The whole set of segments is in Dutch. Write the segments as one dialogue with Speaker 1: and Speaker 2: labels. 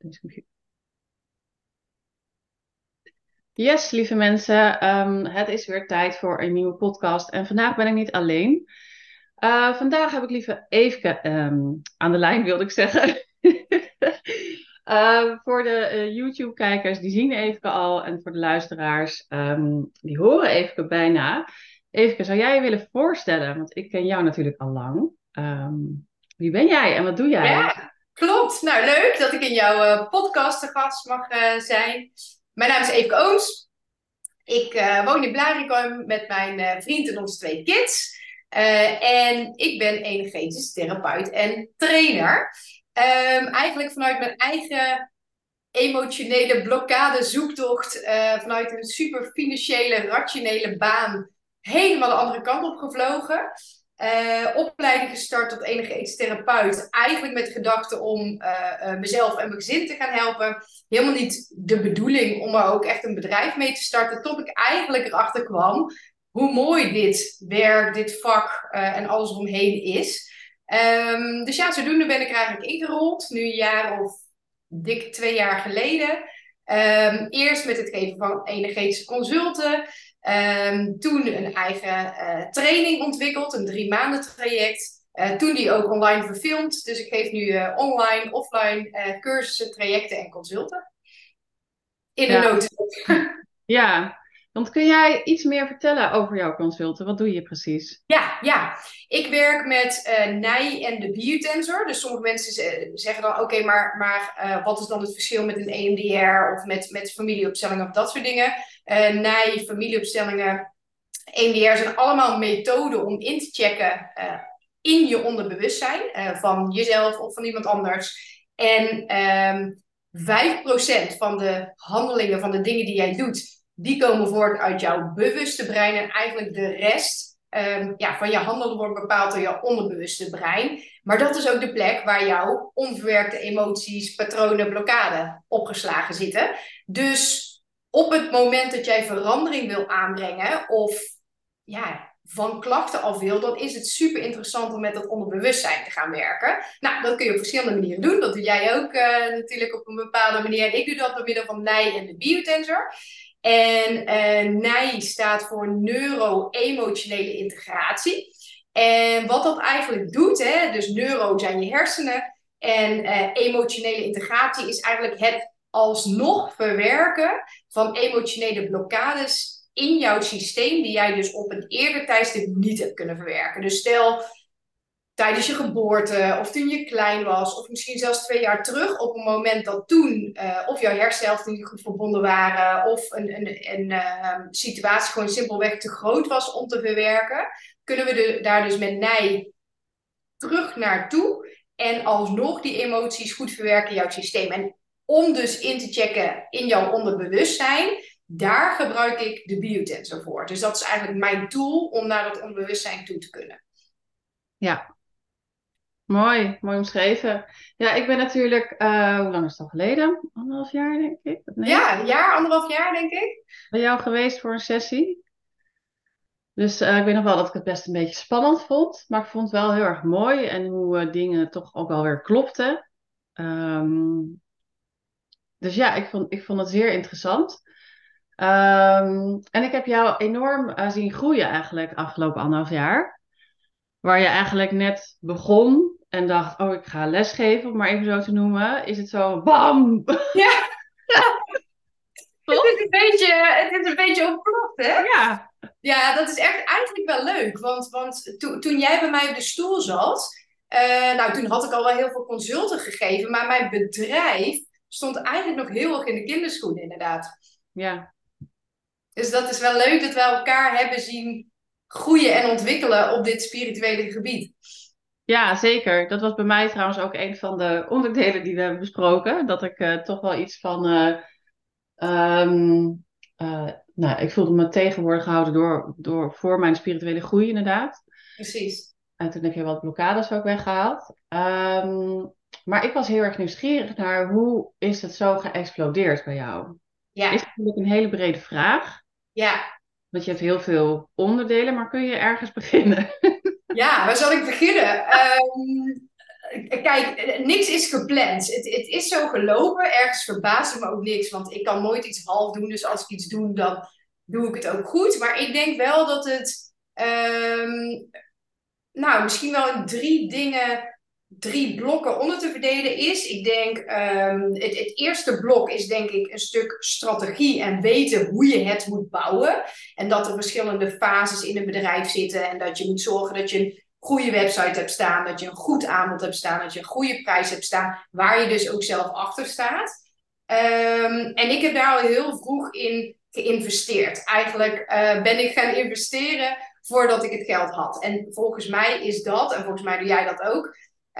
Speaker 1: deze computer. Yes, lieve mensen. Het is weer tijd voor een nieuwe podcast. En vandaag ben ik niet alleen. Vandaag heb ik lieve Eefke aan de lijn, wilde ik zeggen. Voor de YouTube-kijkers, die zien Eefke al. En voor de luisteraars, die horen Eefke bijna. Eefke, zou jij je willen voorstellen? Want ik ken jou natuurlijk al lang. Wie ben jij en wat doe jij?
Speaker 2: Ja, klopt. Nou, leuk dat ik in jouw podcast te gast mag zijn. Mijn naam is Eefke Oons. Ik woon in Blaricum met mijn vriend en onze twee kids. En ik ben energetisch therapeut en trainer. Eigenlijk vanuit mijn eigen emotionele blokkade zoektocht. Vanuit een super financiële, rationele baan helemaal de andere kant op gevlogen. Opleiding gestart tot energetisch therapeut. Eigenlijk met de gedachte om mezelf en mijn gezin te gaan helpen. Helemaal niet de bedoeling om er ook echt een bedrijf mee te starten. Tot ik eigenlijk erachter kwam hoe mooi dit werk, dit vak en alles omheen is. Dus ja, zodoende ben ik er eigenlijk ingerold. Nu een jaar of dik 2 jaar geleden. Eerst met het geven van energetische consulten. Toen een eigen training ontwikkeld, een 3 maanden traject. Toen die ook online verfilmd. Dus ik geef nu online, offline cursussen, trajecten en consulten. In een
Speaker 1: Ja,
Speaker 2: notendop.
Speaker 1: ja. Want kun jij iets meer vertellen over jouw consulten? Wat doe je precies?
Speaker 2: Ja. Ik werk met Nij en de biotensor. Dus sommige mensen zeggen dan, oké, maar wat is dan het verschil met een EMDR of met familieopstellingen of dat soort dingen? Nij, familieopstellingen, EMDR zijn allemaal methoden om in te checken in je onderbewustzijn van jezelf of van iemand anders. En 5% van de handelingen, van de dingen die jij doet, die komen voort uit jouw bewuste brein. En eigenlijk de rest van je handelen wordt bepaald door jouw onderbewuste brein. Maar dat is ook de plek waar jouw onverwerkte emoties, patronen, blokkade opgeslagen zitten. Dus op het moment dat jij verandering wil aanbrengen of van klachten af wil, dan is het super interessant om met dat onderbewustzijn te gaan werken. Nou, dat kun je op verschillende manieren doen. Dat doe jij ook natuurlijk op een bepaalde manier. En ik doe dat door middel van Nij en de biotensor. En NEI staat voor neuro-emotionele integratie. En wat dat eigenlijk doet, hè, dus neuro zijn je hersenen en emotionele integratie is eigenlijk het alsnog verwerken van emotionele blokkades in jouw systeem die jij dus op een eerder tijdstip niet hebt kunnen verwerken. Dus stel tijdens je geboorte of toen je klein was of misschien zelfs 2 jaar terug op een moment dat toen of jouw hersenhelften niet goed verbonden waren of een situatie gewoon simpelweg te groot was om te verwerken, kunnen we daar dus met Nij terug naartoe en alsnog die emoties goed verwerken in jouw systeem. En om dus in te checken in jouw onderbewustzijn, daar gebruik ik de biotensor voor. Dus dat is eigenlijk mijn tool om naar dat onderbewustzijn toe te kunnen.
Speaker 1: Ja, mooi, mooi omschreven. Ja, ik ben natuurlijk, hoe lang is het al geleden? 1,5 jaar, denk ik. Nee,
Speaker 2: Ja, een jaar, 1,5 jaar denk ik.
Speaker 1: bij jou geweest voor een sessie. Dus ik weet nog wel dat ik het best een beetje spannend vond, maar ik vond het wel heel erg mooi en hoe dingen toch ook wel weer klopten. Ehm, dus ja, ik vond het zeer interessant. En ik heb jou enorm zien groeien eigenlijk afgelopen 1,5 jaar. Waar je eigenlijk net begon en dacht, oh, ik ga lesgeven, om maar even zo te noemen, is het zo, bam!
Speaker 2: Ja, het
Speaker 1: Toch?
Speaker 2: is een beetje ontploft, hè?
Speaker 1: Ja,
Speaker 2: Ja, dat is echt eigenlijk wel leuk. Want toen jij bij mij op de stoel zat, nou, toen had ik al wel heel veel consulten gegeven, maar mijn bedrijf stond eigenlijk nog heel erg in de kinderschoenen, inderdaad.
Speaker 1: ja.
Speaker 2: Dus dat is wel leuk dat we elkaar hebben zien groeien en ontwikkelen op dit spirituele gebied.
Speaker 1: Ja, zeker. Dat was bij mij trouwens ook een van de onderdelen die we hebben besproken. Dat ik toch wel iets van. Ehm, nou, ik voelde me tegenwoordig gehouden voor mijn spirituele groei, inderdaad.
Speaker 2: Precies.
Speaker 1: En toen heb je wat blokkades ook weggehaald. Maar ik was heel erg nieuwsgierig naar hoe is het zo geëxplodeerd bij jou? Is
Speaker 2: Ja,
Speaker 1: natuurlijk een hele brede vraag.
Speaker 2: ja.
Speaker 1: Want je hebt heel veel onderdelen, maar kun je ergens beginnen?
Speaker 2: Ja, waar zal ik beginnen? Kijk, niks is gepland. Het is zo gelopen. Ergens verbaast me ook niks, want ik kan nooit iets half doen. Dus als ik iets doe, dan doe ik het ook goed. Maar ik denk wel dat het, nou, misschien wel in drie blokken onder te verdelen is. Ik denk, het eerste blok is denk ik een stuk strategie en weten hoe je het moet bouwen. En dat er verschillende fases in een bedrijf zitten. En dat je moet zorgen dat je een goede website hebt staan. Dat je een goed aanbod hebt staan. Dat je een goede prijs hebt staan. Waar je dus ook zelf achter staat. En ik heb daar al heel vroeg in geïnvesteerd. Eigenlijk ben ik gaan investeren voordat ik het geld had. En volgens mij is dat, en volgens mij doe jij dat ook,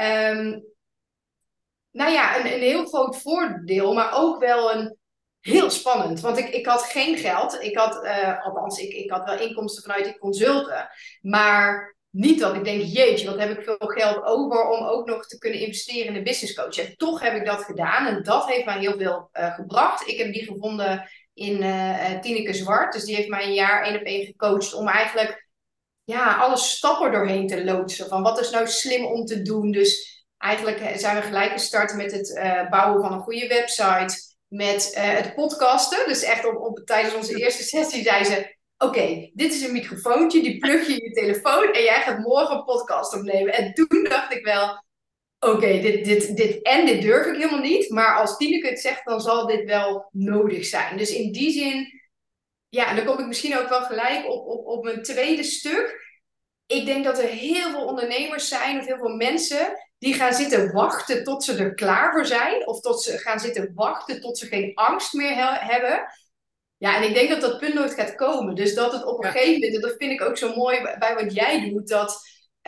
Speaker 2: nou ja, een heel groot voordeel, maar ook wel een heel spannend. Want ik had geen geld. Althans, ik had wel inkomsten vanuit die consulten. Maar niet dat ik denk, jeetje, wat heb ik veel geld over om ook nog te kunnen investeren in een business coach. En toch heb ik dat gedaan en dat heeft mij heel veel gebracht. Ik heb die gevonden in Tineke Zwart. Dus die heeft mij een jaar 1-op-1 gecoacht om eigenlijk ja, alle stappen doorheen te loodsen. Van wat is nou slim om te doen? Dus eigenlijk zijn we gelijk gestart met het bouwen van een goede website. Met het podcasten. Dus echt tijdens onze eerste sessie zei ze... Oké, dit is een microfoontje, die plug je in je telefoon en jij gaat morgen een podcast opnemen. En toen dacht ik wel, oké, dit durf ik helemaal niet. Maar als Tineke het zegt, dan zal dit wel nodig zijn. Dus in die zin, ja, en dan kom ik misschien ook wel gelijk op mijn tweede stuk. Ik denk dat er heel veel ondernemers zijn of heel veel mensen die gaan zitten wachten tot ze er klaar voor zijn. Of tot ze gaan zitten wachten tot ze geen angst meer hebben. Ja, en ik denk dat dat punt nooit gaat komen. Dus dat het op een
Speaker 1: Ja.
Speaker 2: gegeven moment, en dat vind ik ook zo mooi bij wat jij doet, dat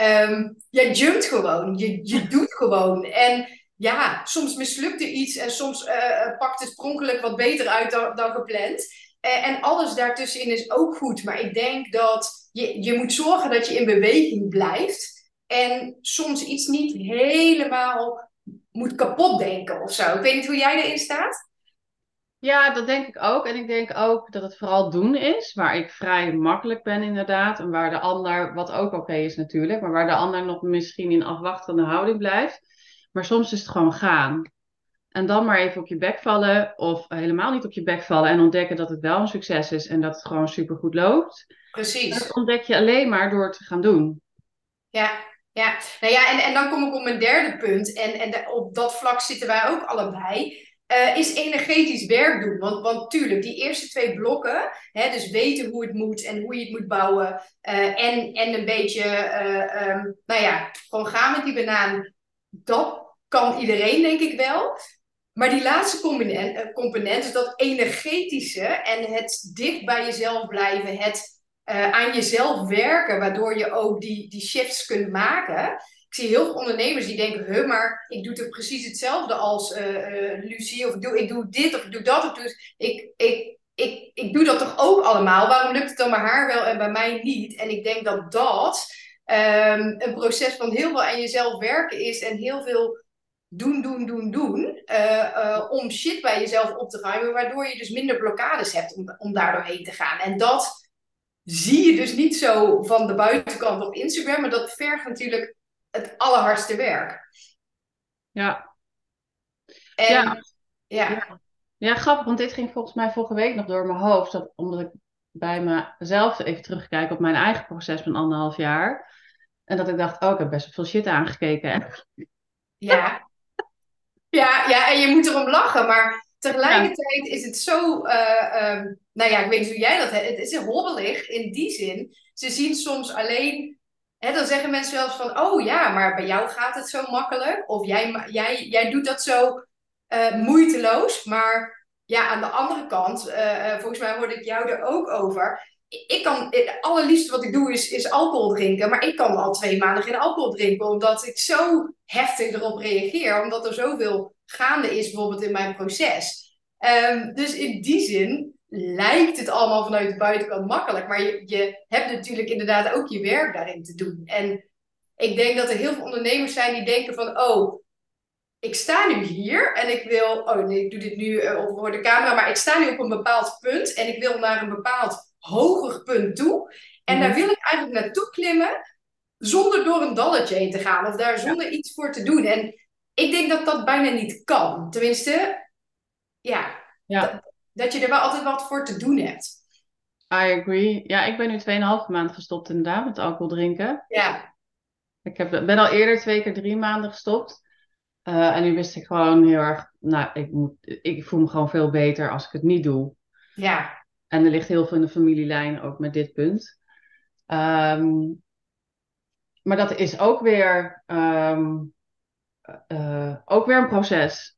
Speaker 2: jij jumpt gewoon. Je doet gewoon. En ja, soms mislukt er iets en soms pakt het pronkelijk wat beter uit dan gepland. En alles daartussenin is ook goed. Maar ik denk dat je moet zorgen dat je in beweging blijft. En soms iets niet helemaal moet kapot denken of zo. Ik weet niet hoe jij erin staat.
Speaker 1: Ja, dat denk ik ook. En ik denk ook dat het vooral doen is, waar ik vrij makkelijk ben inderdaad. En waar de ander, wat ook oké is natuurlijk, maar waar de ander nog misschien in afwachtende houding blijft. Maar soms is het gewoon gaan. En dan maar even op je bek vallen of helemaal niet op je bek vallen en ontdekken dat het wel een succes is en dat het gewoon supergoed loopt. Dat
Speaker 2: Precies.
Speaker 1: ontdek je alleen maar door het te gaan doen.
Speaker 2: Ja, ja. Nou ja, en dan kom ik op mijn derde punt. Op dat vlak zitten wij ook allebei. Is energetisch werk doen. Want tuurlijk, die eerste twee blokken, hè, dus weten hoe het moet en hoe je het moet bouwen. En een beetje, nou ja, gewoon gaan met die banaan. Dat kan iedereen, denk ik wel. Maar die laatste component, dus dat energetische en het dicht bij jezelf blijven, het aan jezelf werken, waardoor je ook die shifts kunt maken. Ik zie heel veel ondernemers die denken, maar ik doe toch precies hetzelfde als Lucie, of ik doe dit, of ik doe dat, ik doe dat toch ook allemaal? Waarom lukt het dan bij haar wel en bij mij niet? En ik denk dat dat een proces van heel veel aan jezelf werken is en heel veel doen. Om shit bij jezelf op te ruimen, waardoor je dus minder blokkades hebt om daar doorheen te gaan. En dat zie je dus niet zo van de buitenkant op Instagram, maar dat vergt natuurlijk het allerhardste werk.
Speaker 1: Ja, ja,
Speaker 2: En ja,
Speaker 1: ja. Ja, grappig, want dit ging volgens mij vorige week nog door mijn hoofd. Dat, omdat ik bij mezelf even terugkijk op mijn eigen proces van 1,5 jaar. En dat ik dacht, oh, ik heb best wel veel shit aangekeken.
Speaker 2: ja, ja, en je moet erom lachen, maar
Speaker 1: Ja,
Speaker 2: tegelijkertijd is het zo, nou ja, ik weet niet hoe jij dat hebt, het is hobbelig in die zin. Ze zien soms alleen, hè, dan zeggen mensen wel eens van, oh ja, maar bij jou gaat het zo makkelijk, of jij doet dat zo moeiteloos, maar ja, aan de andere kant, volgens mij hoorde ik jou er ook over. Ik kan, het allerliefste wat ik doe is alcohol drinken. Maar ik kan al 2 maanden geen alcohol drinken. Omdat ik zo heftig erop reageer. Omdat er zoveel gaande is bijvoorbeeld in mijn proces. Dus in die zin lijkt het allemaal vanuit de buitenkant makkelijk. Maar je hebt natuurlijk inderdaad ook je werk daarin te doen. En ik denk dat er heel veel ondernemers zijn die denken van... Oh, ik sta nu hier en ik wil... Oh nee, ik doe dit nu voor de camera. Maar ik sta nu op een bepaald punt. En ik wil naar een bepaald hoger punt toe. En daar
Speaker 1: mhm.
Speaker 2: wil ik eigenlijk naartoe klimmen zonder door een dalletje heen te gaan of daar
Speaker 1: Ja,
Speaker 2: zonder iets voor te doen. En ik denk dat dat bijna niet kan. Tenminste, ja,
Speaker 1: ja,
Speaker 2: dat je er wel altijd wat voor te doen hebt.
Speaker 1: I agree. Ja, ik ben nu 2,5 maand gestopt inderdaad met alcohol drinken.
Speaker 2: Ja,
Speaker 1: Ben al eerder 2 keer 3 maanden gestopt. En nu wist ik gewoon heel erg, nou, ik voel me gewoon veel beter als ik het niet doe.
Speaker 2: ja.
Speaker 1: En er ligt heel veel in de familielijn ook met dit punt. Ehm, maar dat is ook weer een proces.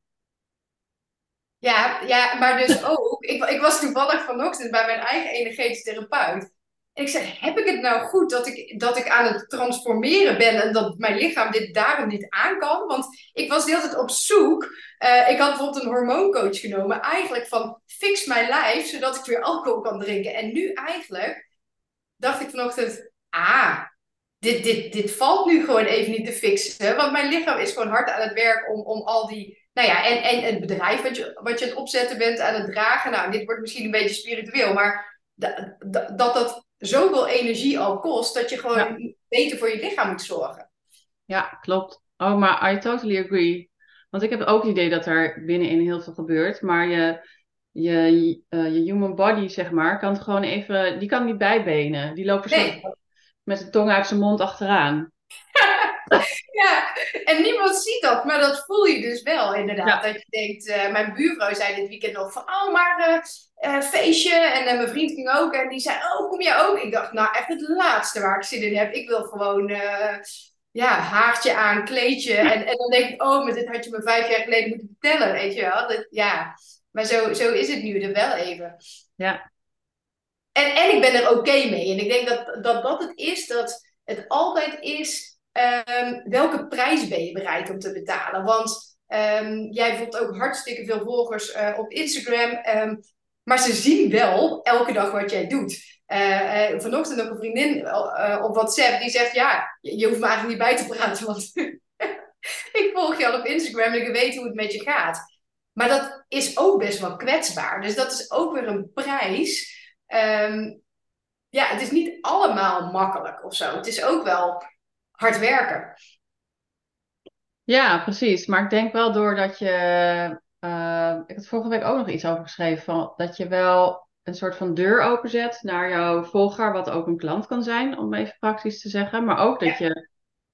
Speaker 2: Ja, ja, maar dus ook, ik was toevallig vanochtend bij mijn eigen energetisch therapeut. En ik zeg, heb ik het nou goed dat ik aan het transformeren ben en dat mijn lichaam dit daarom niet aan kan? Want ik was de hele tijd op zoek. Ik had bijvoorbeeld een hormooncoach genomen, eigenlijk van fix mijn lijf, zodat ik weer alcohol kan drinken. En nu eigenlijk dacht ik vanochtend, dit valt nu gewoon even niet te fixen. Want mijn lichaam is gewoon hard aan het werk om al die. Nou ja, en het bedrijf wat je aan het opzetten bent, aan het dragen. Nou, dit wordt misschien een beetje spiritueel, maar dat zoveel energie al kost, dat je
Speaker 1: Ja,
Speaker 2: gewoon beter voor je lichaam moet zorgen.
Speaker 1: ja, klopt. Oh, maar I totally agree. Want ik heb ook het idee dat er binnenin heel veel gebeurt. Maar je human body, zeg maar, kan het gewoon even, die kan niet bijbenen. Die loopt een soort
Speaker 2: Nee.
Speaker 1: met de tong uit zijn mond achteraan.
Speaker 2: Ja, en niemand ziet dat, maar dat voel je dus wel inderdaad.
Speaker 1: Ja,
Speaker 2: Dat je denkt, mijn buurvrouw zei dit weekend nog van, oh maar feestje. En mijn vriend ging ook en die zei, oh kom jij ook? Ik dacht, nou echt het laatste waar ik zin in heb. Ik wil gewoon, ja, haartje aan, kleedje. En dan denk ik, oh, maar dit had je me 5 jaar geleden moeten vertellen, weet je wel. Ja, maar zo is het nu er wel even.
Speaker 1: ja,
Speaker 2: En ik ben er oké mee. En ik denk dat het is, dat het altijd is, welke prijs ben je bereid om te betalen? Want jij hebt bijvoorbeeld ook hartstikke veel volgers op Instagram. Maar ze zien wel elke dag wat jij doet. Vanochtend ook een vriendin op WhatsApp die zegt, ja, je hoeft me eigenlijk niet bij te praten, want ik volg je al op Instagram en ik weet hoe het met je gaat. Maar dat is ook best wel kwetsbaar. Dus dat is ook weer een prijs. Ehm, ja, het is niet allemaal makkelijk of zo. Het is ook wel hard werken.
Speaker 1: ja, precies. Maar ik denk wel doordat je, ik had vorige week ook nog iets over geschreven, van, dat je wel een soort van deur openzet naar jouw volger, wat ook een klant kan zijn, om even praktisch te zeggen. Maar ook dat je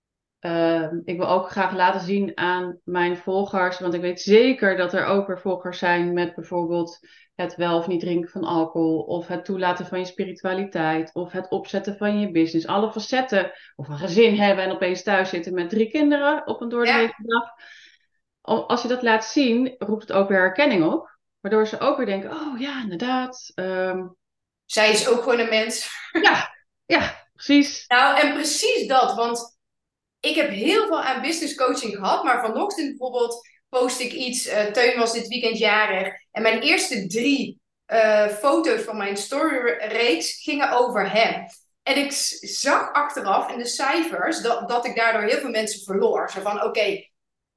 Speaker 1: ik wil ook graag laten zien aan mijn volgers, want ik weet zeker dat er ook weer volgers zijn met bijvoorbeeld het wel of niet drinken van alcohol, of het toelaten van je spiritualiteit, of het opzetten van je business. Alle facetten, of een gezin hebben en opeens thuis zitten met 3 kinderen op een
Speaker 2: Ja,
Speaker 1: doordreven dag. Als je dat laat zien, roept het ook weer herkenning op, waardoor ze ook weer denken, oh ja, inderdaad.
Speaker 2: zij is ook gewoon een mens.
Speaker 1: Ja, ja, precies.
Speaker 2: Nou, en precies dat. Want ik heb heel veel aan business coaching gehad. Maar vanochtend bijvoorbeeld post ik iets. Teun was dit weekend jarig. En mijn eerste 3 foto's van mijn storyreeks gingen over hem. En ik zag achteraf in de cijfers dat ik daardoor heel veel mensen verloor. Zo van, oké,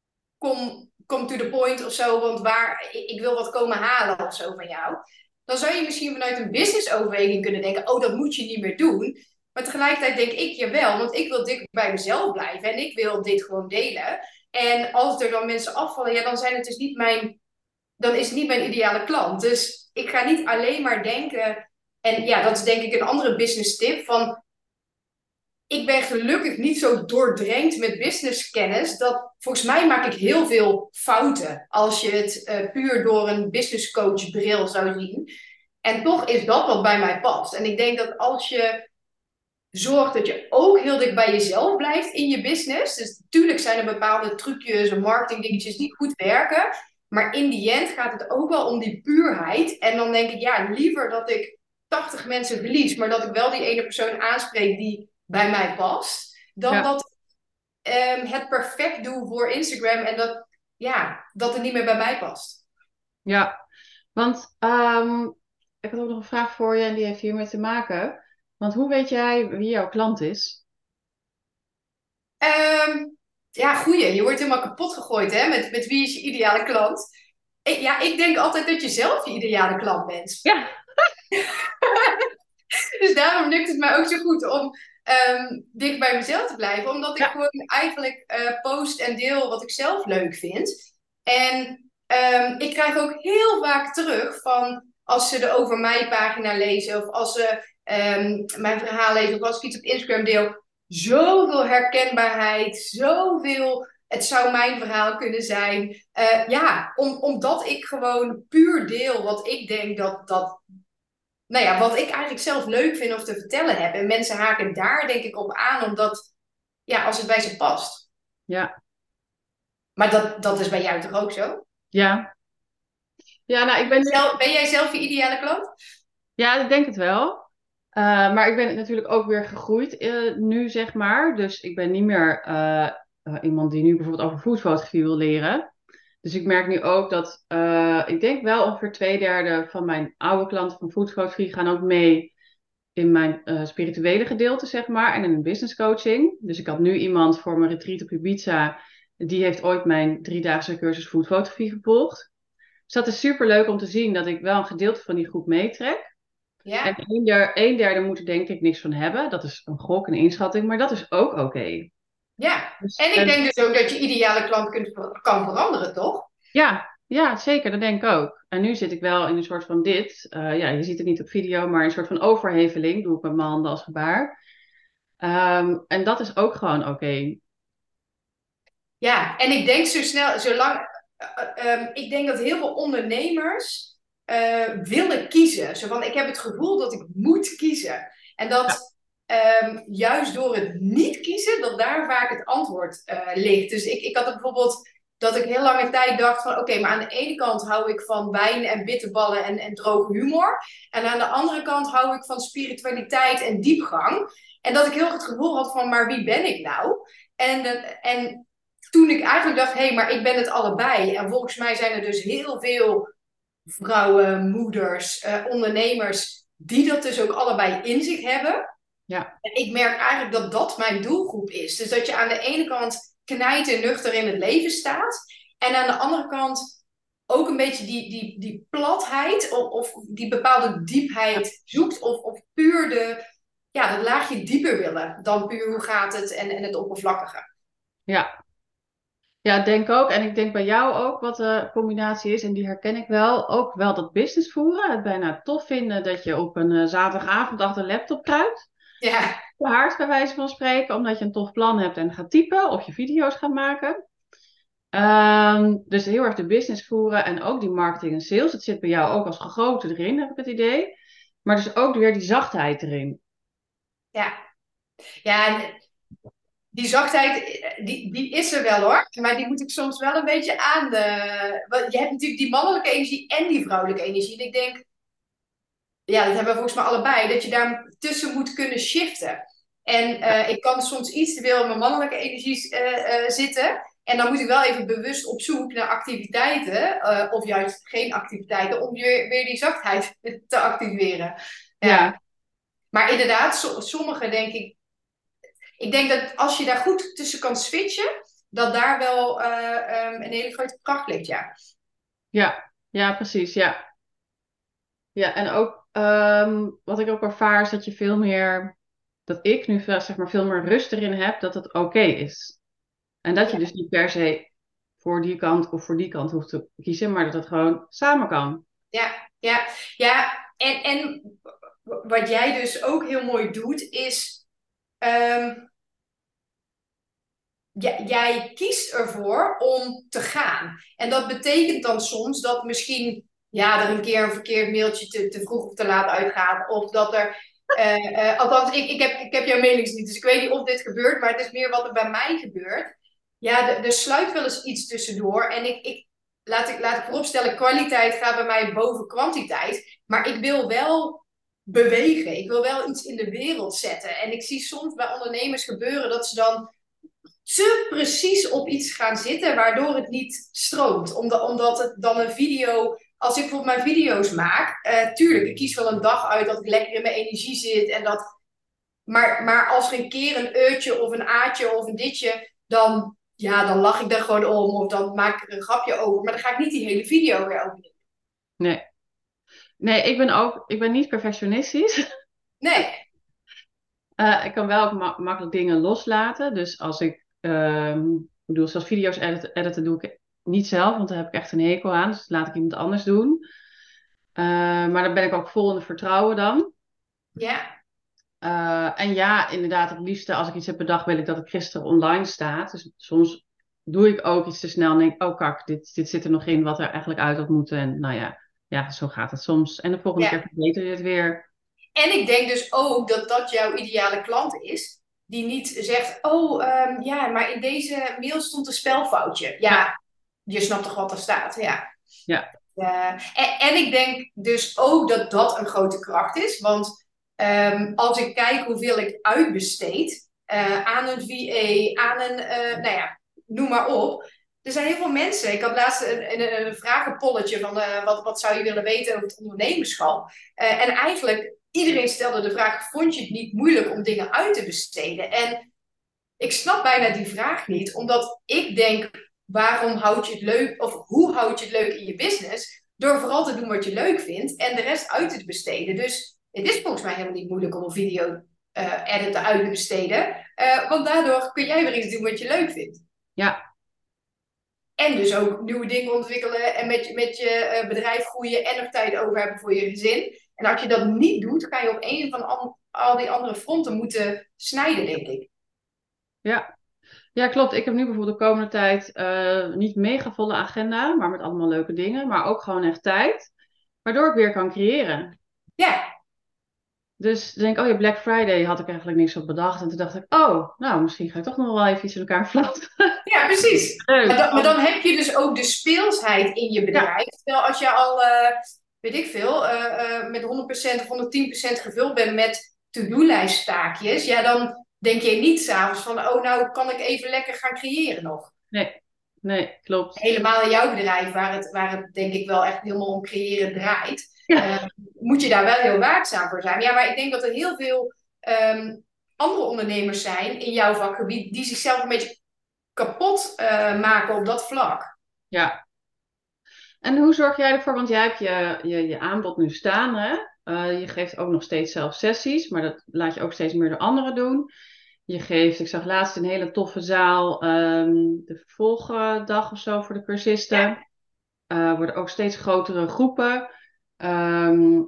Speaker 2: kom to the point of zo, want ik wil wat komen halen of zo van jou. Dan zou je misschien vanuit een businessoverweging kunnen denken, oh, dat moet je niet meer doen. Maar tegelijkertijd denk ik, jawel, want ik wil dicht bij mezelf blijven en ik wil dit gewoon delen. En als er dan mensen afvallen, ja, dan zijn het dus dan is het niet mijn ideale klant. Dus ik ga niet alleen maar denken, en ja, dat is denk ik een andere business tip, van ik ben gelukkig niet zo doordrenkt met businesskennis. Dat volgens mij maak ik heel veel fouten als je het puur door een businesscoach bril zou zien. En toch is dat wat bij mij past. En ik denk dat als je zorgt dat je ook heel dicht bij jezelf blijft in je business. Dus natuurlijk zijn er bepaalde trucjes en marketingdingetjes die goed werken. Maar in die end gaat het ook wel om die puurheid. En dan denk ik, ja, liever dat ik 80 mensen verlies, maar dat ik wel die ene persoon aanspreek die bij mij past. Dan
Speaker 1: Ja,
Speaker 2: dat het perfect doe voor Instagram en dat het niet meer bij mij past.
Speaker 1: ja. Want ik had ook nog een vraag voor je en die heeft hiermee te maken. Want hoe weet jij wie jouw klant is?
Speaker 2: Ehm, ja, goeie. Je wordt helemaal kapot gegooid hè, met wie is je ideale klant. Ik denk altijd dat je zelf je ideale klant bent.
Speaker 1: Ja,
Speaker 2: Dus daarom lukt het mij ook zo goed om dicht bij mezelf te blijven. Omdat ik
Speaker 1: Ja,
Speaker 2: gewoon eigenlijk post en deel wat ik zelf leuk vind. En ik krijg ook heel vaak terug van als ze de Over Mij pagina lezen. Of als ze mijn verhaal lezen. Of als ik iets op Instagram deel. Zoveel herkenbaarheid. Zoveel. Het zou mijn verhaal kunnen zijn. Ja, omdat ik gewoon puur deel wat ik denk dat nou ja, wat ik eigenlijk zelf leuk vind of te vertellen heb. En mensen haken daar denk ik op aan, omdat, ja, als het bij ze past.
Speaker 1: ja,
Speaker 2: Maar dat is bij jou toch ook zo?
Speaker 1: ja. Ja, nou, ik ben nu...
Speaker 2: Ben jij zelf je ideale klant?
Speaker 1: Ja, ik denk het wel. Maar ik ben natuurlijk ook weer gegroeid nu, zeg maar. Dus ik ben niet meer iemand die nu bijvoorbeeld over foodfotografie wil leren. Dus ik merk nu ook dat ik denk wel ongeveer 2/3 van mijn oude klanten van foodfotografie gaan ook mee in mijn spirituele gedeelte, zeg maar, en in een business coaching. Dus ik had nu iemand voor mijn retreat op Ibiza. Die heeft ooit mijn 3-daagse cursus foodfotografie gevolgd. Dus dat is super leuk om te zien dat ik wel een gedeelte van die groep meetrek. En
Speaker 2: Ja,
Speaker 1: een derde moet er denk ik niks van hebben. Dat is een gok, een inschatting, maar dat is ook oké.
Speaker 2: ja.
Speaker 1: Dus,
Speaker 2: En ik denk dus ook dat je ideale klant kan veranderen, toch?
Speaker 1: ja, ja, zeker, dat denk ik ook. En nu zit ik wel in een soort van dit. Ja, je ziet het niet op video, maar een soort van overheveling. Doe ik met mijn handen als gebaar. En dat is ook gewoon oké.
Speaker 2: Ja, en ik denk zo snel, zolang. Ik denk dat heel veel ondernemers willen kiezen. Zo van, ik heb het gevoel dat ik moet kiezen. En
Speaker 1: Ja,
Speaker 2: dat juist door het niet kiezen, dat daar vaak het antwoord ligt. Dus ik had er bijvoorbeeld dat ik heel lange tijd dacht van, oké, maar aan de ene kant hou ik van wijn en bitterballen en droge humor. En aan de andere kant hou ik van spiritualiteit en diepgang. En dat ik heel erg het gevoel had van, maar wie ben ik nou? En toen ik eigenlijk dacht, hé, maar ik ben het allebei. En volgens mij zijn er dus heel veel vrouwen, moeders, ondernemers, die dat dus ook allebei in zich hebben.
Speaker 1: ja,
Speaker 2: En ik merk eigenlijk dat dat mijn doelgroep is. Dus dat je aan de ene kant knijten nuchter in het leven staat. En aan de andere kant ook een beetje die platheid of die bepaalde diepheid zoekt. Of puur ja, dat laagje dieper willen dan puur hoe gaat het en het oppervlakkige.
Speaker 1: ja. Ja, ik denk ook. En ik denk bij jou ook wat de combinatie is, en die herken ik wel. Ook wel dat business voeren. Het bijna tof vinden dat je op een zaterdagavond achter een laptop kruipt.
Speaker 2: Ja,
Speaker 1: Je hart bij wijze van spreken, omdat je een tof plan hebt en gaat typen of je video's gaat maken. Dus heel erg de business voeren en ook die marketing en sales. Het zit bij jou ook als gegoten erin, heb ik het idee. Maar dus ook weer die zachtheid erin.
Speaker 2: ja. Ja, en die zachtheid, die is er wel hoor. Maar die moet ik soms wel een beetje aan de. Want je hebt natuurlijk die mannelijke energie en die vrouwelijke energie. En ik denk, ja, dat hebben we volgens mij allebei, dat je daar tussen moet kunnen shiften. En ik kan soms iets te veel in mijn mannelijke energie zitten. En dan moet ik wel even bewust op zoek naar activiteiten, of juist geen activiteiten, om weer die zachtheid te activeren. Ja.
Speaker 1: Ja,
Speaker 2: Maar inderdaad, sommige denk ik. Ik denk dat als je daar goed tussen kan switchen, dat daar wel een hele grote kracht ligt, ja.
Speaker 1: ja, ja, precies. Ja, ja. En ook wat ik ook ervaar is dat je veel meer, dat ik nu zeg maar veel meer rust erin heb dat het oké is. En dat je
Speaker 2: Ja,
Speaker 1: dus niet per se voor die kant of voor die kant hoeft te kiezen, maar dat het gewoon samen kan.
Speaker 2: ja, ja. En wat jij dus ook heel mooi doet, is jij kiest ervoor om te gaan. En dat betekent dan soms dat misschien ja, er een keer een verkeerd mailtje te vroeg of te laat uitgaat. Of dat er. Althans, ik heb jouw mailings niet, dus ik weet niet of dit gebeurt, maar het is meer wat er bij mij gebeurt. Ja, er sluit wel eens iets tussendoor. En laat ik vooropstellen, kwaliteit gaat bij mij boven kwantiteit. Maar ik wil wel bewegen. Ik wil wel iets in de wereld zetten. En ik zie soms bij ondernemers gebeuren dat ze dan te precies op iets gaan zitten, waardoor het niet stroomt. Omdat het dan een video. Als ik bijvoorbeeld mijn video's maak, tuurlijk, ik kies wel een dag uit dat ik lekker in mijn energie zit. Maar als er een keer een eutje of een aatje of een ditje, dan, ja, dan lach ik daar gewoon om. Of dan maak ik er een grapje over. Maar dan ga ik niet die hele video weer over.
Speaker 1: Nee. Nee, ik ben niet perfectionistisch.
Speaker 2: Nee,
Speaker 1: Ik kan wel ook makkelijk dingen loslaten. Dus als ik, ik bedoel, zoals video's editen doe ik niet zelf, want daar heb ik echt een hekel aan. Dus dat laat ik iemand anders doen. Maar dan ben ik ook vol in het vertrouwen dan.
Speaker 2: Ja,
Speaker 1: En ja, inderdaad, het liefste als ik iets heb bedacht, wil ik dat het gisteren online staat. Dus soms doe ik ook iets te snel en denk ik, oh kak, dit zit er nog in wat er eigenlijk uit had moeten. En nou ja, ja, zo gaat het soms. En de volgende keer
Speaker 2: ja.
Speaker 1: verbeter je het weer.
Speaker 2: En ik denk dus ook dat dat jouw ideale klant is. Die niet zegt, oh ja, maar in deze mail stond een spelfoutje.
Speaker 1: Ja,
Speaker 2: Ja, je snapt toch wat er staat, ja.
Speaker 1: ja,
Speaker 2: En ik denk dus ook dat dat een grote kracht is. Want als ik kijk hoeveel ik uitbesteed aan een VA, aan een, nou ja, noem maar op. Er zijn heel veel mensen. Ik had laatst een vragenpolletje van wat zou je willen weten over het ondernemerschap. En eigenlijk iedereen stelde de vraag, vond je het niet moeilijk om dingen uit te besteden? En ik snap bijna die vraag niet, omdat ik denk, waarom houd je het leuk, of hoe houd je het leuk in je business? Door vooral te doen wat je leuk vindt en de rest uit te besteden. Dus het is volgens mij helemaal niet moeilijk om een video editen uit te besteden, want daardoor kun jij weer iets doen wat je leuk vindt.
Speaker 1: ja,
Speaker 2: En dus ook nieuwe dingen ontwikkelen en met je bedrijf groeien en nog tijd over hebben voor je gezin. En als je dat niet doet, ga je op een van al die andere fronten moeten snijden, denk ik.
Speaker 1: ja. Ja, klopt. Ik heb nu bijvoorbeeld de komende tijd niet mega volle agenda, maar met allemaal leuke dingen. Maar ook gewoon echt tijd, waardoor ik weer kan creëren.
Speaker 2: Ja,
Speaker 1: Dus dan denk ik, oh ja, Black Friday had ik eigenlijk niks op bedacht. En toen dacht ik, oh, nou, misschien ga ik toch nog wel even iets in elkaar flappen.
Speaker 2: ja, precies. Maar,
Speaker 1: Leuk.
Speaker 2: maar dan heb je dus ook de speelsheid in je
Speaker 1: Ja,
Speaker 2: bedrijf. Terwijl als je al, weet ik veel, met 100% of 110% gevuld bent met to-do-lijsttaakjes, ja, dan denk je niet s'avonds van, oh, nou kan ik even lekker gaan creëren nog.
Speaker 1: nee, nee, klopt.
Speaker 2: Helemaal in jouw bedrijf, waar het denk ik wel echt helemaal om creëren draait,
Speaker 1: Ja,
Speaker 2: moet je daar wel heel waakzaam voor zijn. Ja, maar ik denk dat er heel veel andere ondernemers zijn in jouw vakgebied die zichzelf een beetje kapot maken op dat vlak.
Speaker 1: ja. En hoe zorg jij ervoor? Want jij hebt je aanbod nu staan, hè? Je geeft ook nog steeds zelf sessies, maar dat laat je ook steeds meer door anderen doen. Je geeft, ik zag laatst een hele toffe zaal, de vervolgdag of zo voor de
Speaker 2: Ja,
Speaker 1: cursisten. Worden ook steeds grotere groepen. Ehm,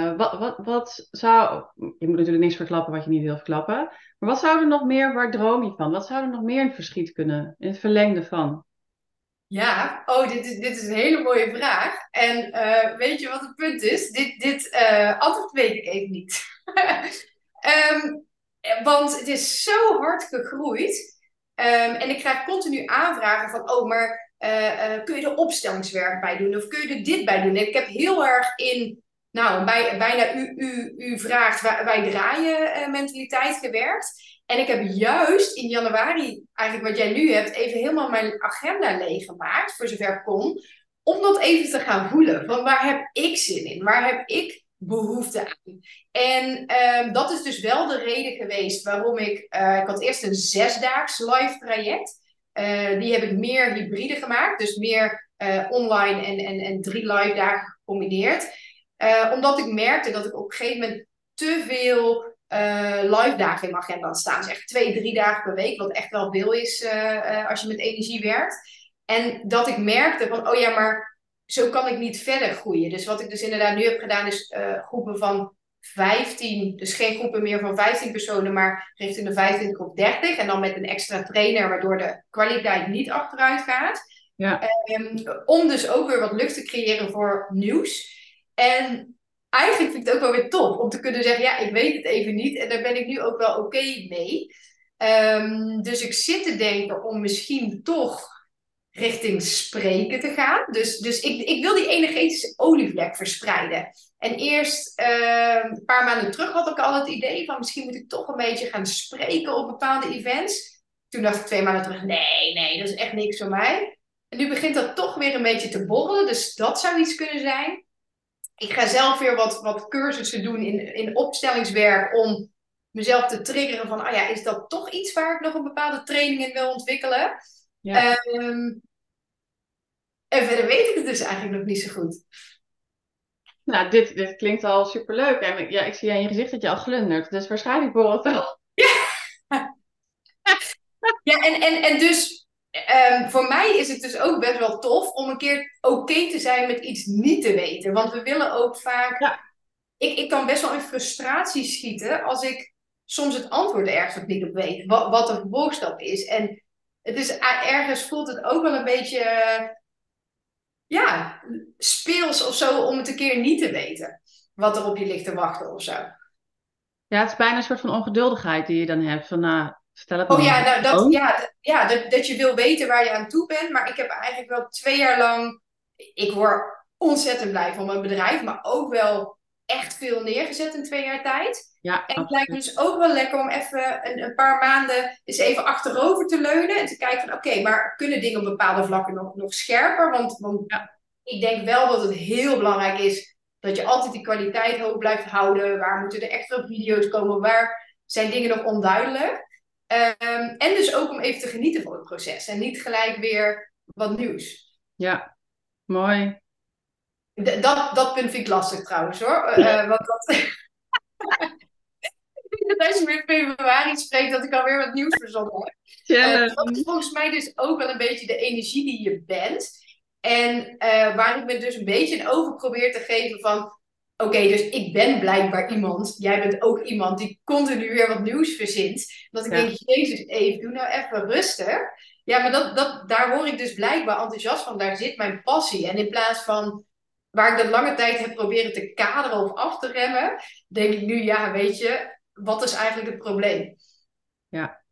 Speaker 1: wat zou, je moet natuurlijk niks verklappen wat je niet wil verklappen, maar wat zou er nog meer, waar droom je van? Wat zou er nog meer in het verschiet kunnen, in het verlengde van?
Speaker 2: ja. Oh, dit is een hele mooie vraag. En weet je wat het punt is? Dit antwoord weet ik even niet. Ehm, want het is zo hard gegroeid. En ik krijg continu aanvragen van, oh, maar kun je er opstellingswerk bij doen? Of kun je er dit bij doen? En ik heb heel erg in, nou, bijna u vraagt, wij draaien mentaliteit gewerkt. En ik heb juist in januari, eigenlijk wat jij nu hebt, even helemaal mijn agenda leeggemaakt, voor zover ik kon, om dat even te gaan voelen. Van waar heb ik zin in? Waar heb ik behoefte aan? En dat is dus wel de reden geweest waarom ik had eerst een 6-daags live traject. Die heb ik meer hybride gemaakt, dus meer online en 3 live dagen gecombineerd. Omdat ik merkte dat ik op een gegeven moment te veel live dagen in mijn agenda had staan. Dus echt 2, 3 dagen per week, wat echt wel veel is als je met energie werkt. En dat ik merkte van, oh ja, maar zo kan ik niet verder groeien. Dus wat ik dus inderdaad nu heb gedaan is groepen van 15, dus geen groepen meer van 15 personen, maar richting de 25 of 30. En dan met een extra trainer, waardoor de kwaliteit niet achteruit gaat.
Speaker 1: Ja,
Speaker 2: Om dus ook weer wat lucht te creëren voor nieuws. En eigenlijk vind ik het ook wel weer tof om te kunnen zeggen, ja, ik weet het even niet. En daar ben ik nu ook wel oké mee. Dus ik zit te denken om misschien toch richting spreken te gaan. Dus ik wil die energetische olievlek verspreiden. En eerst, een paar maanden terug had ik al het idee van misschien moet ik toch een beetje gaan spreken op bepaalde events. Toen dacht ik 2 maanden terug, nee, dat is echt niks voor mij. En nu begint dat toch weer een beetje te borrelen, dus dat zou iets kunnen zijn. Ik ga zelf weer wat cursussen doen in opstellingswerk om mezelf te triggeren van, oh ja, is dat toch iets waar ik nog een bepaalde training in wil ontwikkelen?
Speaker 1: ja.
Speaker 2: Ehm, en verder weet ik het dus eigenlijk nog niet zo goed.
Speaker 1: Nou, dit klinkt al superleuk. En ja, ik zie aan je gezicht dat je al glundert. Dus waarschijnlijk borrelt het wel.
Speaker 2: Ja, en dus voor mij is het dus ook best wel tof om een keer oké te zijn met iets niet te weten. Want we willen ook vaak.
Speaker 1: Ja,
Speaker 2: Ik kan best wel in frustratie schieten als ik soms het antwoord ergens ook niet op weet. Wat de vervolgstap is. En het is ergens voelt het ook wel een beetje ja, speels of zo om het een keer niet te weten. Wat er op je ligt te wachten of zo.
Speaker 1: ja, het is bijna een soort van ongeduldigheid die je dan hebt. Van, nou, stel het
Speaker 2: Oh
Speaker 1: nou
Speaker 2: ja, nou,
Speaker 1: gewoon.
Speaker 2: dat je wil weten waar je aan toe bent. Maar ik heb eigenlijk wel 2 jaar lang. Ik word ontzettend blij van mijn bedrijf, maar ook wel echt veel neergezet in 2 jaar tijd.
Speaker 1: Ja,
Speaker 2: En het lijkt me
Speaker 1: absoluut.
Speaker 2: dus ook wel lekker om even een paar maanden eens even achterover te leunen. En te kijken van oké, maar kunnen dingen op bepaalde vlakken nog scherper? Want
Speaker 1: Ja,
Speaker 2: ik denk wel dat het heel belangrijk is dat je altijd die kwaliteit hoog blijft houden. Waar moeten er extra video's komen? Waar zijn dingen nog onduidelijk? En dus ook om even te genieten van het proces en niet gelijk weer wat nieuws.
Speaker 1: ja, mooi.
Speaker 2: Dat punt vind ik lastig trouwens hoor. Want als je weer februari spreekt, dat ik alweer wat nieuws verzonnen heb. Dat is
Speaker 1: Challenge.
Speaker 2: volgens mij dus ook wel een beetje de energie die je bent. En waar ik me dus een beetje in over probeer te geven van... Oké, dus ik ben blijkbaar iemand. Jij bent ook iemand die continu weer wat nieuws verzint. Dat ik denk,
Speaker 1: Ja,
Speaker 2: Jezus, even, doe nou even rustig. Ja, maar daar word ik dus blijkbaar enthousiast van. Daar zit mijn passie. En in plaats van waar ik de lange tijd heb proberen te kaderen of af te remmen, denk ik nu, ja, weet je, wat is eigenlijk het probleem?
Speaker 1: ja.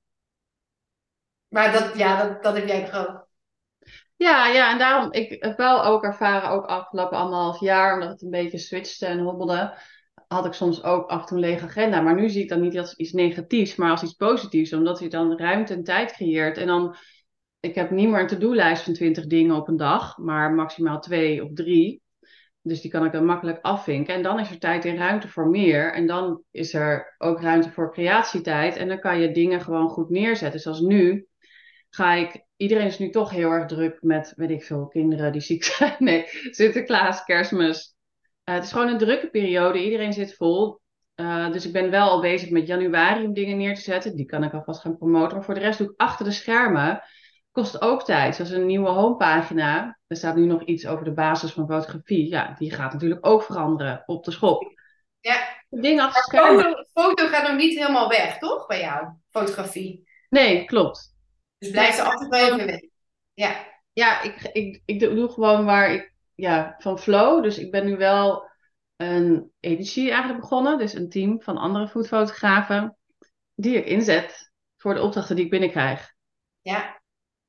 Speaker 2: Maar dat heb jij toch ook.
Speaker 1: Ja, ja, en daarom, ik heb wel ook ervaren, ook afgelopen 1,5 jaar, omdat het een beetje switchte en hobbelde, had ik soms ook af en toe een lege agenda. Maar nu zie ik dat niet als iets negatiefs, maar als iets positiefs, omdat je dan ruimte en tijd creëert. En dan, ik heb niet meer een to-do-lijst van 20 dingen op een dag, maar maximaal 2 of 3. Dus die kan ik dan makkelijk afvinken. En dan is er tijd en ruimte voor meer. En dan is er ook ruimte voor creatietijd. En dan kan je dingen gewoon goed neerzetten. Zoals nu iedereen is nu toch heel erg druk met, weet ik veel, kinderen die ziek zijn. Nee, Sinterklaas, Kerstmis. Het is gewoon een drukke periode. Iedereen zit vol. Dus ik ben wel al bezig met januari om dingen neer te zetten. Die kan ik alvast gaan promoten. Maar voor de rest doe ik achter de schermen. Kost ook tijd. Zoals een nieuwe homepagina. Er staat nu nog iets over de basis van fotografie. Ja, die gaat natuurlijk ook veranderen op de schop.
Speaker 2: Ja,
Speaker 1: Dingen achter de
Speaker 2: maar
Speaker 1: schermen.
Speaker 2: foto gaat nog niet helemaal weg, toch? Bij jou, fotografie.
Speaker 1: Nee, klopt.
Speaker 2: Dus
Speaker 1: Nee,
Speaker 2: blijft er altijd wel even weg. Ja,
Speaker 1: ja, ik doe gewoon waar ik, ja, van flow. Dus ik ben nu wel een agency eigenlijk begonnen. Dus een team van andere foodfotografen die ik inzet voor de opdrachten die ik binnenkrijg.
Speaker 2: ja,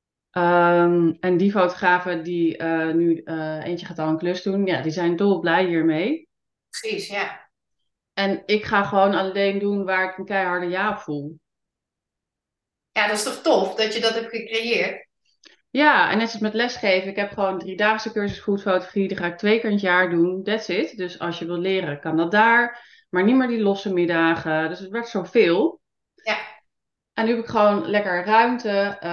Speaker 1: En die fotografen die nu eentje gaat al een klus doen, ja, die zijn dolblij hiermee.
Speaker 2: precies, ja.
Speaker 1: En ik ga gewoon alleen doen waar ik een keiharde ja op voel.
Speaker 2: Ja, dat is toch tof dat je dat hebt gecreëerd?
Speaker 1: Ja, en net als met lesgeven. Ik heb gewoon 3-daagse cursus foodfotografie. Die ga ik 2 keer in het jaar doen. That's it. Dus als je wil leren, kan dat daar. Maar niet meer die losse middagen. Dus het werd zoveel.
Speaker 2: Ja,
Speaker 1: En nu heb ik gewoon lekker ruimte.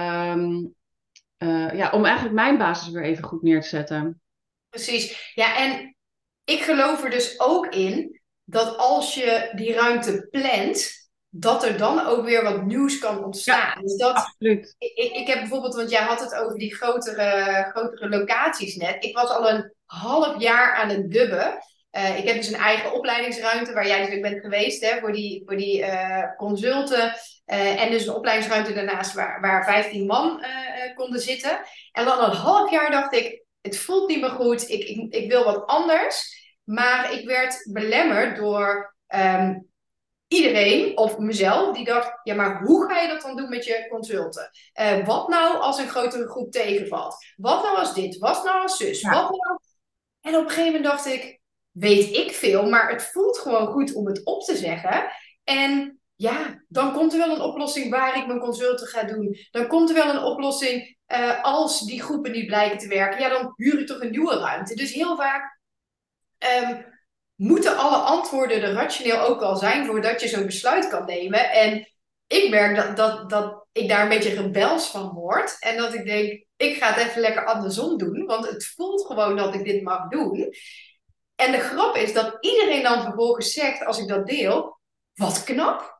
Speaker 1: Ja, om eigenlijk mijn basis weer even goed neer te zetten.
Speaker 2: precies. Ja, en ik geloof er dus ook in dat als je die ruimte plant, dat er dan ook weer wat nieuws kan
Speaker 1: Ja,
Speaker 2: ontstaan. Dus dat,
Speaker 1: absoluut.
Speaker 2: ik heb bijvoorbeeld, want jij had het over die grotere locaties net. Ik was al een half jaar aan het dubben. Ik heb dus een eigen opleidingsruimte waar jij natuurlijk bent geweest hè, voor die consulten. En dus een opleidingsruimte daarnaast waar 15 man konden zitten. En dan een half jaar dacht ik, het voelt niet meer goed. Ik wil wat anders. Maar ik werd belemmerd door iedereen of mezelf die dacht: ja, maar hoe ga je dat dan doen met je consulten? Wat nou als een grotere groep tegenvalt? Wat nou als dit? Wat nou als zus?
Speaker 1: Ja,
Speaker 2: Wat nou? En op een gegeven moment dacht ik: weet ik veel, maar het voelt gewoon goed om het op te zeggen. En ja, dan komt er wel een oplossing waar ik mijn consulten ga doen. Dan komt er wel een oplossing als die groepen niet blijken te werken. Ja, dan huur ik toch een nieuwe ruimte. Dus heel vaak ehm, moeten alle antwoorden er rationeel ook al zijn voordat je zo'n besluit kan nemen. En ik merk dat ik daar een beetje rebels van word. En dat ik denk, ik ga het even lekker andersom doen. Want het voelt gewoon dat ik dit mag doen. En de grap is dat iedereen dan vervolgens zegt, als ik dat deel, wat knap.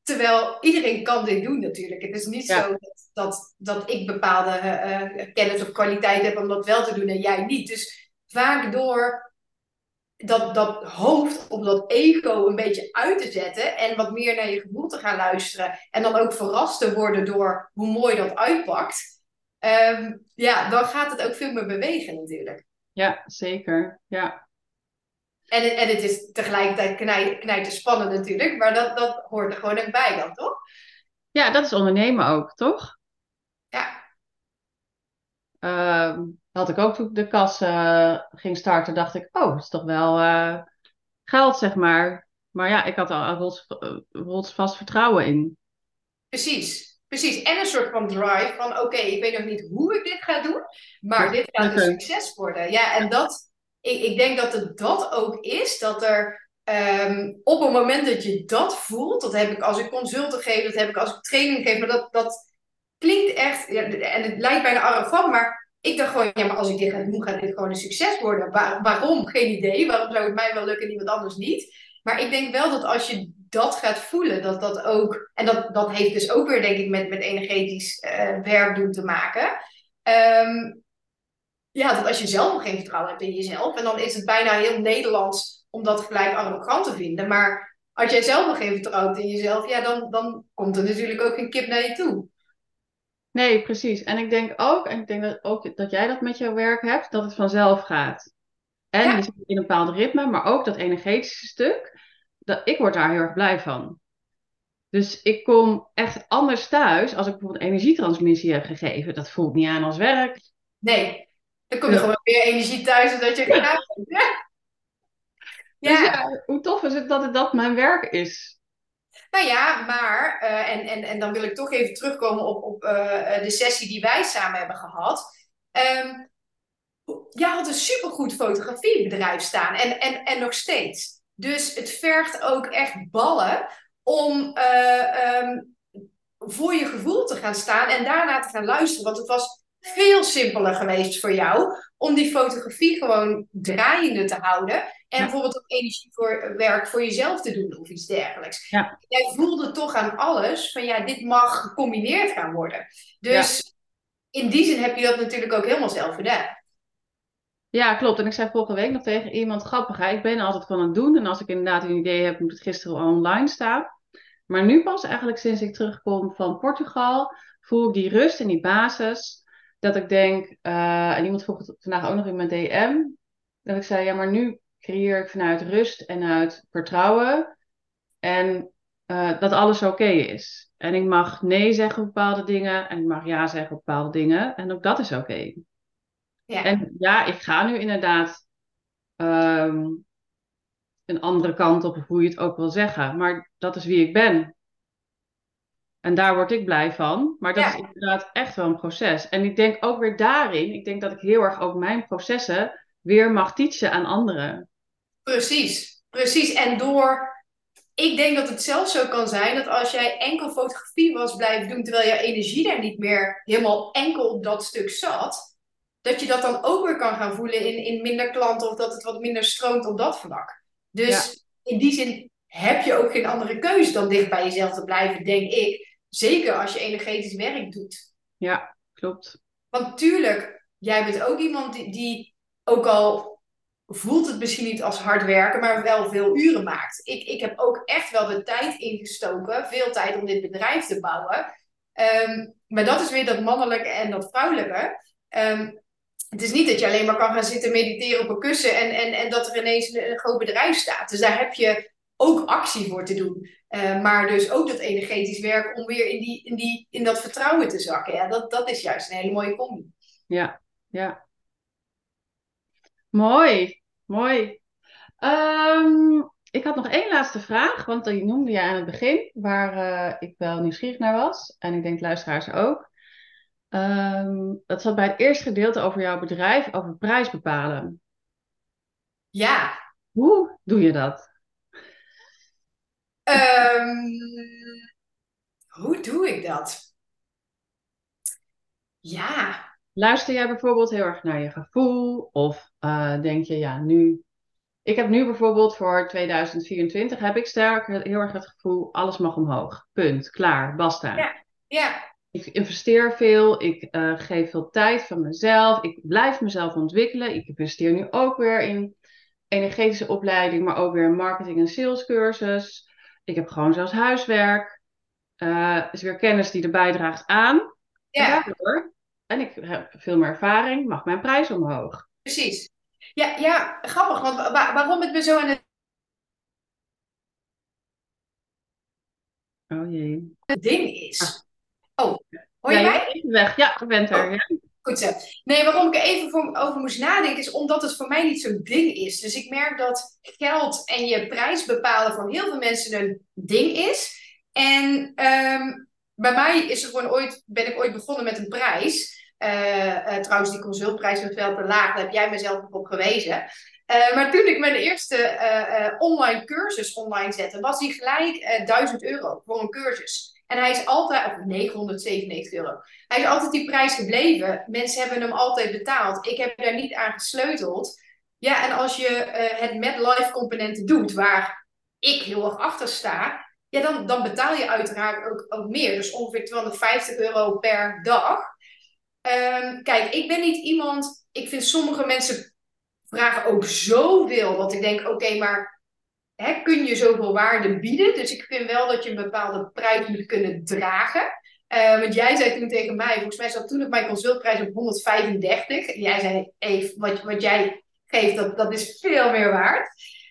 Speaker 2: Terwijl iedereen kan dit doen natuurlijk. Het is niet zo
Speaker 1: Ja,
Speaker 2: dat ik bepaalde kennis of kwaliteit heb om dat wel te doen en jij niet. Dus vaak door dat hoofd of dat ego een beetje uit te zetten en wat meer naar je gevoel te gaan luisteren. En dan ook verrast te worden door hoe mooi dat uitpakt. Ja, dan gaat het ook veel meer bewegen natuurlijk.
Speaker 1: ja, zeker. Ja.
Speaker 2: En het is tegelijkertijd knijter spannend natuurlijk, maar dat hoort er gewoon ook bij dan, toch?
Speaker 1: Ja, dat is ondernemen ook, toch?
Speaker 2: Ja,
Speaker 1: Had ik ook toen ik de kas ging starten, dacht ik, oh, dat is toch wel geld, zeg maar. Maar ja, ik had al rotsvast vertrouwen in.
Speaker 2: precies. Precies. En een soort van drive van oké, ik weet nog niet hoe ik dit ga doen, maar
Speaker 1: Dat
Speaker 2: dit gaat een
Speaker 1: lukken.
Speaker 2: succes worden. Ja, en ik denk dat het dat ook is, dat er op het moment dat je dat voelt, dat heb ik als ik consulten geef, dat heb ik als ik training geef, maar dat klinkt echt, ja, en het lijkt bijna arrogant, maar ik dacht gewoon, ja, maar als ik dit ga doen, gaat dit gewoon een succes worden. Waarom? Geen idee. Waarom zou het mij wel lukken en iemand anders niet? Maar ik denk wel dat als je dat gaat voelen, dat dat ook, en dat heeft dus ook weer, denk ik, met energetisch werk doen te maken. Ehm, ja, dat als je zelf nog geen vertrouwen hebt in jezelf, en dan is het bijna heel Nederlands om dat gelijk arrogant te vinden. Maar als jij zelf nog geen vertrouwen hebt in jezelf, ja, dan komt er natuurlijk ook geen kip naar je toe.
Speaker 1: Nee, precies. En ik denk dat ook dat jij dat met jouw werk hebt, dat het vanzelf gaat. En je
Speaker 2: Ja,
Speaker 1: zit in een bepaald ritme, maar ook dat energetische stuk, ik word daar heel erg blij van. Dus ik kom echt anders thuis als ik bijvoorbeeld energietransmissie heb gegeven. Dat voelt niet aan als werk.
Speaker 2: nee. Dan kom je
Speaker 1: Ja.
Speaker 2: gewoon meer energie thuis dan dat je gedaan hebt.
Speaker 1: Dus
Speaker 2: Ja.
Speaker 1: ja, hoe tof is het dat dat mijn werk is?
Speaker 2: Nou ja, maar, en dan wil ik toch even terugkomen op de sessie die wij samen hebben gehad. Ehm, jij had een supergoed fotografiebedrijf staan en nog steeds. Dus het vergt ook echt ballen om voor je gevoel te gaan staan en daarna te gaan luisteren. Want het was veel simpeler geweest voor jou om die fotografie gewoon draaiende te houden. En
Speaker 1: Ja,
Speaker 2: bijvoorbeeld ook energie voor werk voor jezelf te doen of iets dergelijks.
Speaker 1: ja,
Speaker 2: Jij voelde toch aan alles van ja, dit mag gecombineerd gaan worden.
Speaker 1: ja.
Speaker 2: Dus in die zin heb je dat natuurlijk ook helemaal zelf gedaan.
Speaker 1: Ja, klopt. En ik zei vorige week nog tegen iemand, grappig, hè? Ik ben altijd van het doen. En als ik inderdaad een idee heb, moet het gisteren al online staan. Maar nu pas eigenlijk sinds ik terugkom van Portugal, voel ik die rust en die basis. Dat ik denk, en iemand vroeg het vandaag ook nog in mijn DM, dat ik zei, ja, maar nu creëer ik vanuit rust en uit vertrouwen. En dat alles oké is. En ik mag nee zeggen op bepaalde dingen en ik mag ja zeggen op bepaalde dingen. En ook dat is oké.
Speaker 2: Ja,
Speaker 1: En ja, ik ga nu inderdaad ehm, een andere kant op, of hoe je het ook wil zeggen. Maar dat is wie ik ben. En daar word ik blij van. Maar dat is
Speaker 2: ja,
Speaker 1: inderdaad echt wel een proces. En ik denk ook weer daarin, ik denk dat ik heel erg ook mijn processen weer mag teachen aan anderen.
Speaker 2: precies. Precies. En door ik denk dat het zelfs zo kan zijn dat als jij enkel fotografie was blijven doen, terwijl jouw energie daar niet meer helemaal enkel op dat stuk zat, dat je dat dan ook weer kan gaan voelen in minder klanten of dat het wat minder stroomt op dat vlak.
Speaker 1: Ja,
Speaker 2: Dus in die zin heb je ook geen andere keuze dan dicht bij jezelf te blijven, denk ik. Zeker als je energetisch werk doet.
Speaker 1: ja, klopt.
Speaker 2: Want tuurlijk, jij bent ook iemand die ook al voelt het misschien niet als hard werken, maar wel veel uren maakt. Ik heb ook echt wel de tijd ingestoken, veel tijd om dit bedrijf te bouwen. Maar dat is weer dat mannelijke en dat vrouwelijke. Het is niet dat je alleen maar kan gaan zitten mediteren op een kussen en dat er ineens een groot bedrijf staat. Dus daar heb je ook actie voor te doen. Maar dus ook dat energetisch werk om weer in dat vertrouwen te zakken. Ja, dat is juist een hele mooie combi.
Speaker 1: Ja, ja. Mooi, mooi. Ik had nog één laatste vraag, want die noemde je aan het begin, waar ik wel nieuwsgierig naar was. En ik denk luisteraars ook. Dat zat bij het eerste gedeelte over jouw bedrijf, over prijs bepalen.
Speaker 2: Ja,
Speaker 1: Hoe doe je dat?
Speaker 2: um, hoe doe ik dat? Ja,
Speaker 1: Luister jij bijvoorbeeld heel erg naar je gevoel? Of denk je, ja, nu. Ik heb nu bijvoorbeeld voor 2024 heb ik sterk heel erg het gevoel, alles mag omhoog. Punt. Klaar. Basta.
Speaker 2: Ja, ja,
Speaker 1: Ik investeer veel. Ik geef veel tijd van mezelf. Ik blijf mezelf ontwikkelen. Ik investeer nu ook weer in energetische opleiding, maar ook weer in marketing en salescursus. Ik heb gewoon zelfs huiswerk. Is weer kennis die erbij draagt aan. En
Speaker 2: ja,
Speaker 1: daardoor, en ik heb veel meer ervaring, mag mijn prijs omhoog.
Speaker 2: precies. Ja, ja, grappig, want waarom het me zo aan
Speaker 1: Oh jee.
Speaker 2: het ding
Speaker 1: Ah,
Speaker 2: is. Oh, hoor
Speaker 1: ja,
Speaker 2: je
Speaker 1: je was
Speaker 2: mij?
Speaker 1: even weg. Ja, ik ben er.
Speaker 2: Oh,
Speaker 1: Ja.
Speaker 2: goed zo. Nee, waarom ik er even over moest nadenken is omdat het voor mij niet zo'n ding is. Dus ik merk dat geld en je prijs bepalen voor heel veel mensen een ding is. En bij mij is er gewoon ben ik ooit begonnen met een prijs. Trouwens, die consultprijs was wel te laag. Daar heb jij mezelf nog op gewezen. Maar toen ik mijn eerste online cursus online zette, was die gelijk €1.000 voor een cursus. En hij is altijd, of €997. Hij is altijd die prijs gebleven. Mensen hebben hem altijd betaald. Ik heb daar niet aan gesleuteld. Ja, en als je het met live componenten doet, waar ik heel erg achter sta, ja, dan betaal je uiteraard ook meer. Dus ongeveer €250 per dag. Kijk, ik ben niet iemand. Ik vind sommige mensen vragen ook zoveel. Dat ik denk, oké, maar kun je zoveel waarde bieden? Dus ik vind wel dat je een bepaalde prijs moet kunnen dragen. Want jij zei toen tegen mij, volgens mij zat toen op mijn consultprijs op 135. En jij zei, Eve, wat jij geeft, dat is veel meer waard.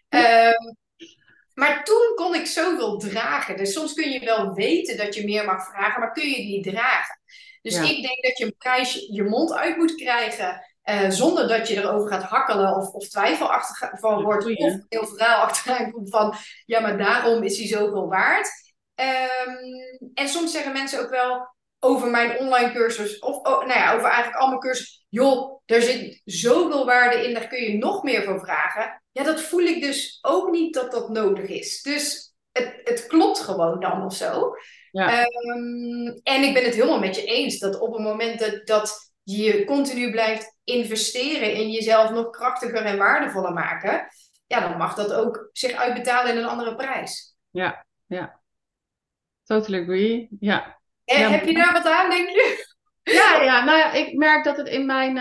Speaker 2: Maar toen kon ik zoveel dragen. Dus soms kun je wel weten dat je meer mag vragen, maar kun je het niet dragen. Dus
Speaker 1: Ja,
Speaker 2: ik denk dat je een prijs je mond uit moet krijgen. Zonder dat je erover gaat hakkelen of twijfelachtig van wordt. Of
Speaker 1: goeie.
Speaker 2: een heel verhaal achteraan komt van, ja, maar daarom is hij zoveel waard. En soms zeggen mensen ook wel over mijn online cursus, of nou ja, over eigenlijk al mijn cursus, joh, er zit zoveel waarde in, daar kun je nog meer voor vragen. Ja, dat voel ik dus ook niet dat dat nodig is. Dus het klopt gewoon dan of zo.
Speaker 1: Ja,
Speaker 2: En ik ben het helemaal met je eens dat op het moment dat je continu blijft investeren in jezelf nog krachtiger en waardevoller maken, ja, dan mag dat ook zich uitbetalen in een andere prijs.
Speaker 1: ja, ja. Totally agree. Ja. Ja,
Speaker 2: Heb je daar wat aan, denk je?
Speaker 1: ja, nou ja, ik merk dat het in mijn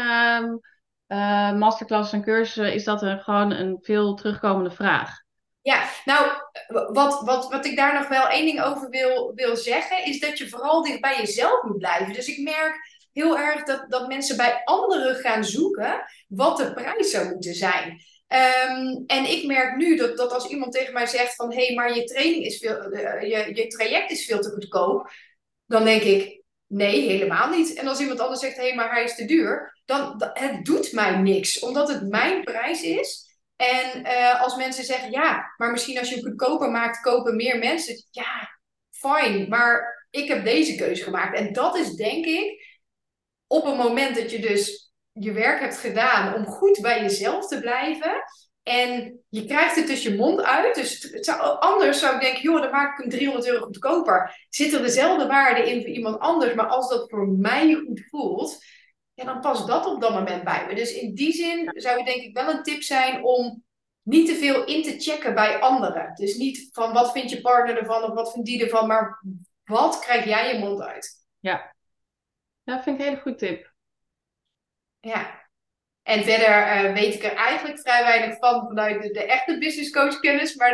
Speaker 1: masterclass en cursussen is dat gewoon een veel terugkomende vraag.
Speaker 2: Ja, nou, wat ik daar nog wel één ding over wil zeggen, is dat je vooral dicht bij jezelf moet blijven. Dus ik merk heel erg dat mensen bij anderen gaan zoeken wat de prijs zou moeten zijn. En ik merk nu dat als iemand tegen mij zegt van hé, maar je training is je traject is veel te goedkoop, dan denk ik nee, helemaal niet. En als iemand anders zegt hé, maar hij is te duur, dan het doet mij niks, omdat het mijn prijs is. En als mensen zeggen, ja, maar misschien als je hem goedkoper maakt, kopen meer mensen. Ja, fine, maar ik heb deze keuze gemaakt. En dat is denk ik, op het moment dat je dus je werk hebt gedaan om goed bij jezelf te blijven. En je krijgt het dus je mond uit. Dus anders zou ik denken, joh, dan maak ik hem €300 goedkoper. Zit er dezelfde waarde in voor iemand anders, maar als dat voor mij goed voelt, ja, dan past dat op dat moment bij me. Dus in die zin zou het denk ik wel een tip zijn om niet te veel in te checken bij anderen. Dus niet van wat vindt je partner ervan of wat vindt die ervan, maar wat krijg jij je mond uit?
Speaker 1: Ja, dat vind ik een hele goede tip.
Speaker 2: Ja. En verder weet ik er eigenlijk vrij weinig van vanuit de echte business coach kennis, maar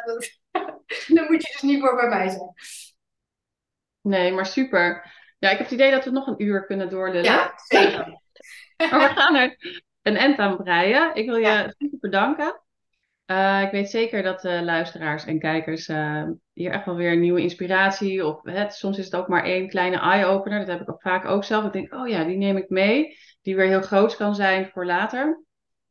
Speaker 2: daar moet je dus niet voor bij mij zijn.
Speaker 1: Nee, maar super. Ja, ik heb het idee dat we nog een uur kunnen doorlullen.
Speaker 2: Ja, zeker.
Speaker 1: Maar we gaan er een end aan breien. Ik wil
Speaker 2: Ja,
Speaker 1: je super bedanken. Ik weet zeker dat de luisteraars en kijkers hier echt wel weer nieuwe inspiratie of soms is het ook maar één kleine eye-opener. Dat heb ik ook vaak ook zelf. Ik denk, oh ja, die neem ik mee. Die weer heel groot kan zijn voor later.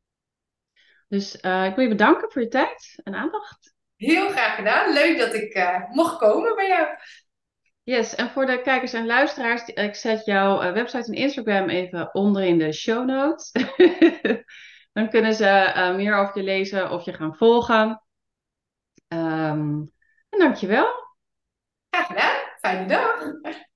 Speaker 1: Dus ik wil je bedanken voor je tijd en aandacht.
Speaker 2: heel graag gedaan. Leuk dat ik mocht komen bij jou.
Speaker 1: Yes, en voor de kijkers en luisteraars, ik zet jouw website en Instagram even onder in de show notes. Dan kunnen ze meer over je lezen of je gaan volgen. En dankjewel.
Speaker 2: Graag gedaan. Fijne dag.